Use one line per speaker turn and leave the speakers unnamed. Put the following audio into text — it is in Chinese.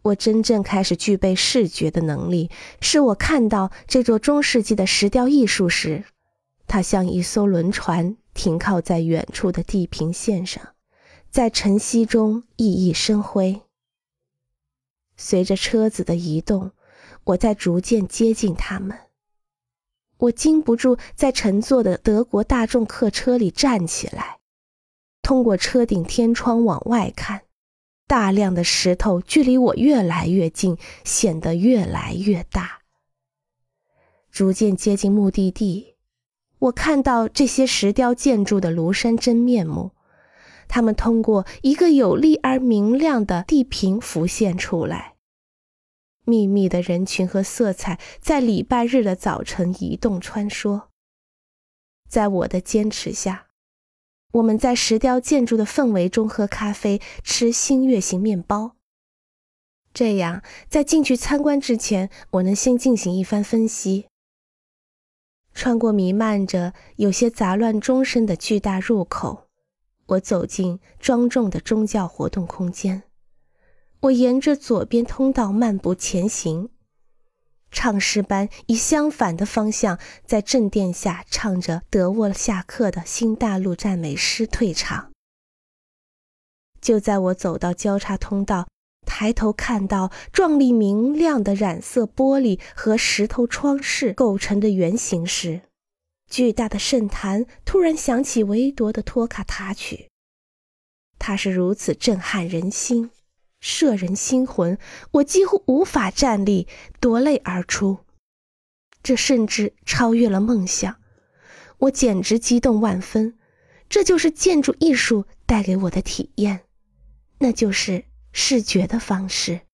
我真正开始具备视觉的能力，是我看到这座中世纪的石雕艺术时，它像一艘轮船停靠在远处的地平线上，在晨曦中熠熠生辉。随着车子的移动，我在逐渐接近它们。我禁不住在乘坐的德国大众客车里站起来，通过车顶天窗往外看，大量的石头距离我越来越近，显得越来越大。逐渐接近目的地，我看到这些石雕建筑的庐山真面目，它们通过一个有力而明亮的地平浮现出来。密密的人群和色彩在礼拜日的早晨移动穿梭。在我的坚持下，我们在石雕建筑的氛围中喝咖啡，吃新月形面包。这样，在进去参观之前，我能先进行一番分析。穿过弥漫着有些杂乱钟声的巨大入口，我走进庄重的宗教活动空间。我沿着左边通道漫步前行，唱诗班以相反的方向在正殿下唱着德沃夏克的新大陆赞美诗退场。就在我走到交叉通道，抬头看到壮丽明亮的染色玻璃和石头窗饰构成的圆形时，巨大的圣坛突然响起维铎的托卡塔曲。它是如此震撼人心，摄人心魂，我几乎无法站立，夺泪而出。这甚至超越了梦想，我简直激动万分。这就是建筑艺术带给我的体验，那就是视觉的方式。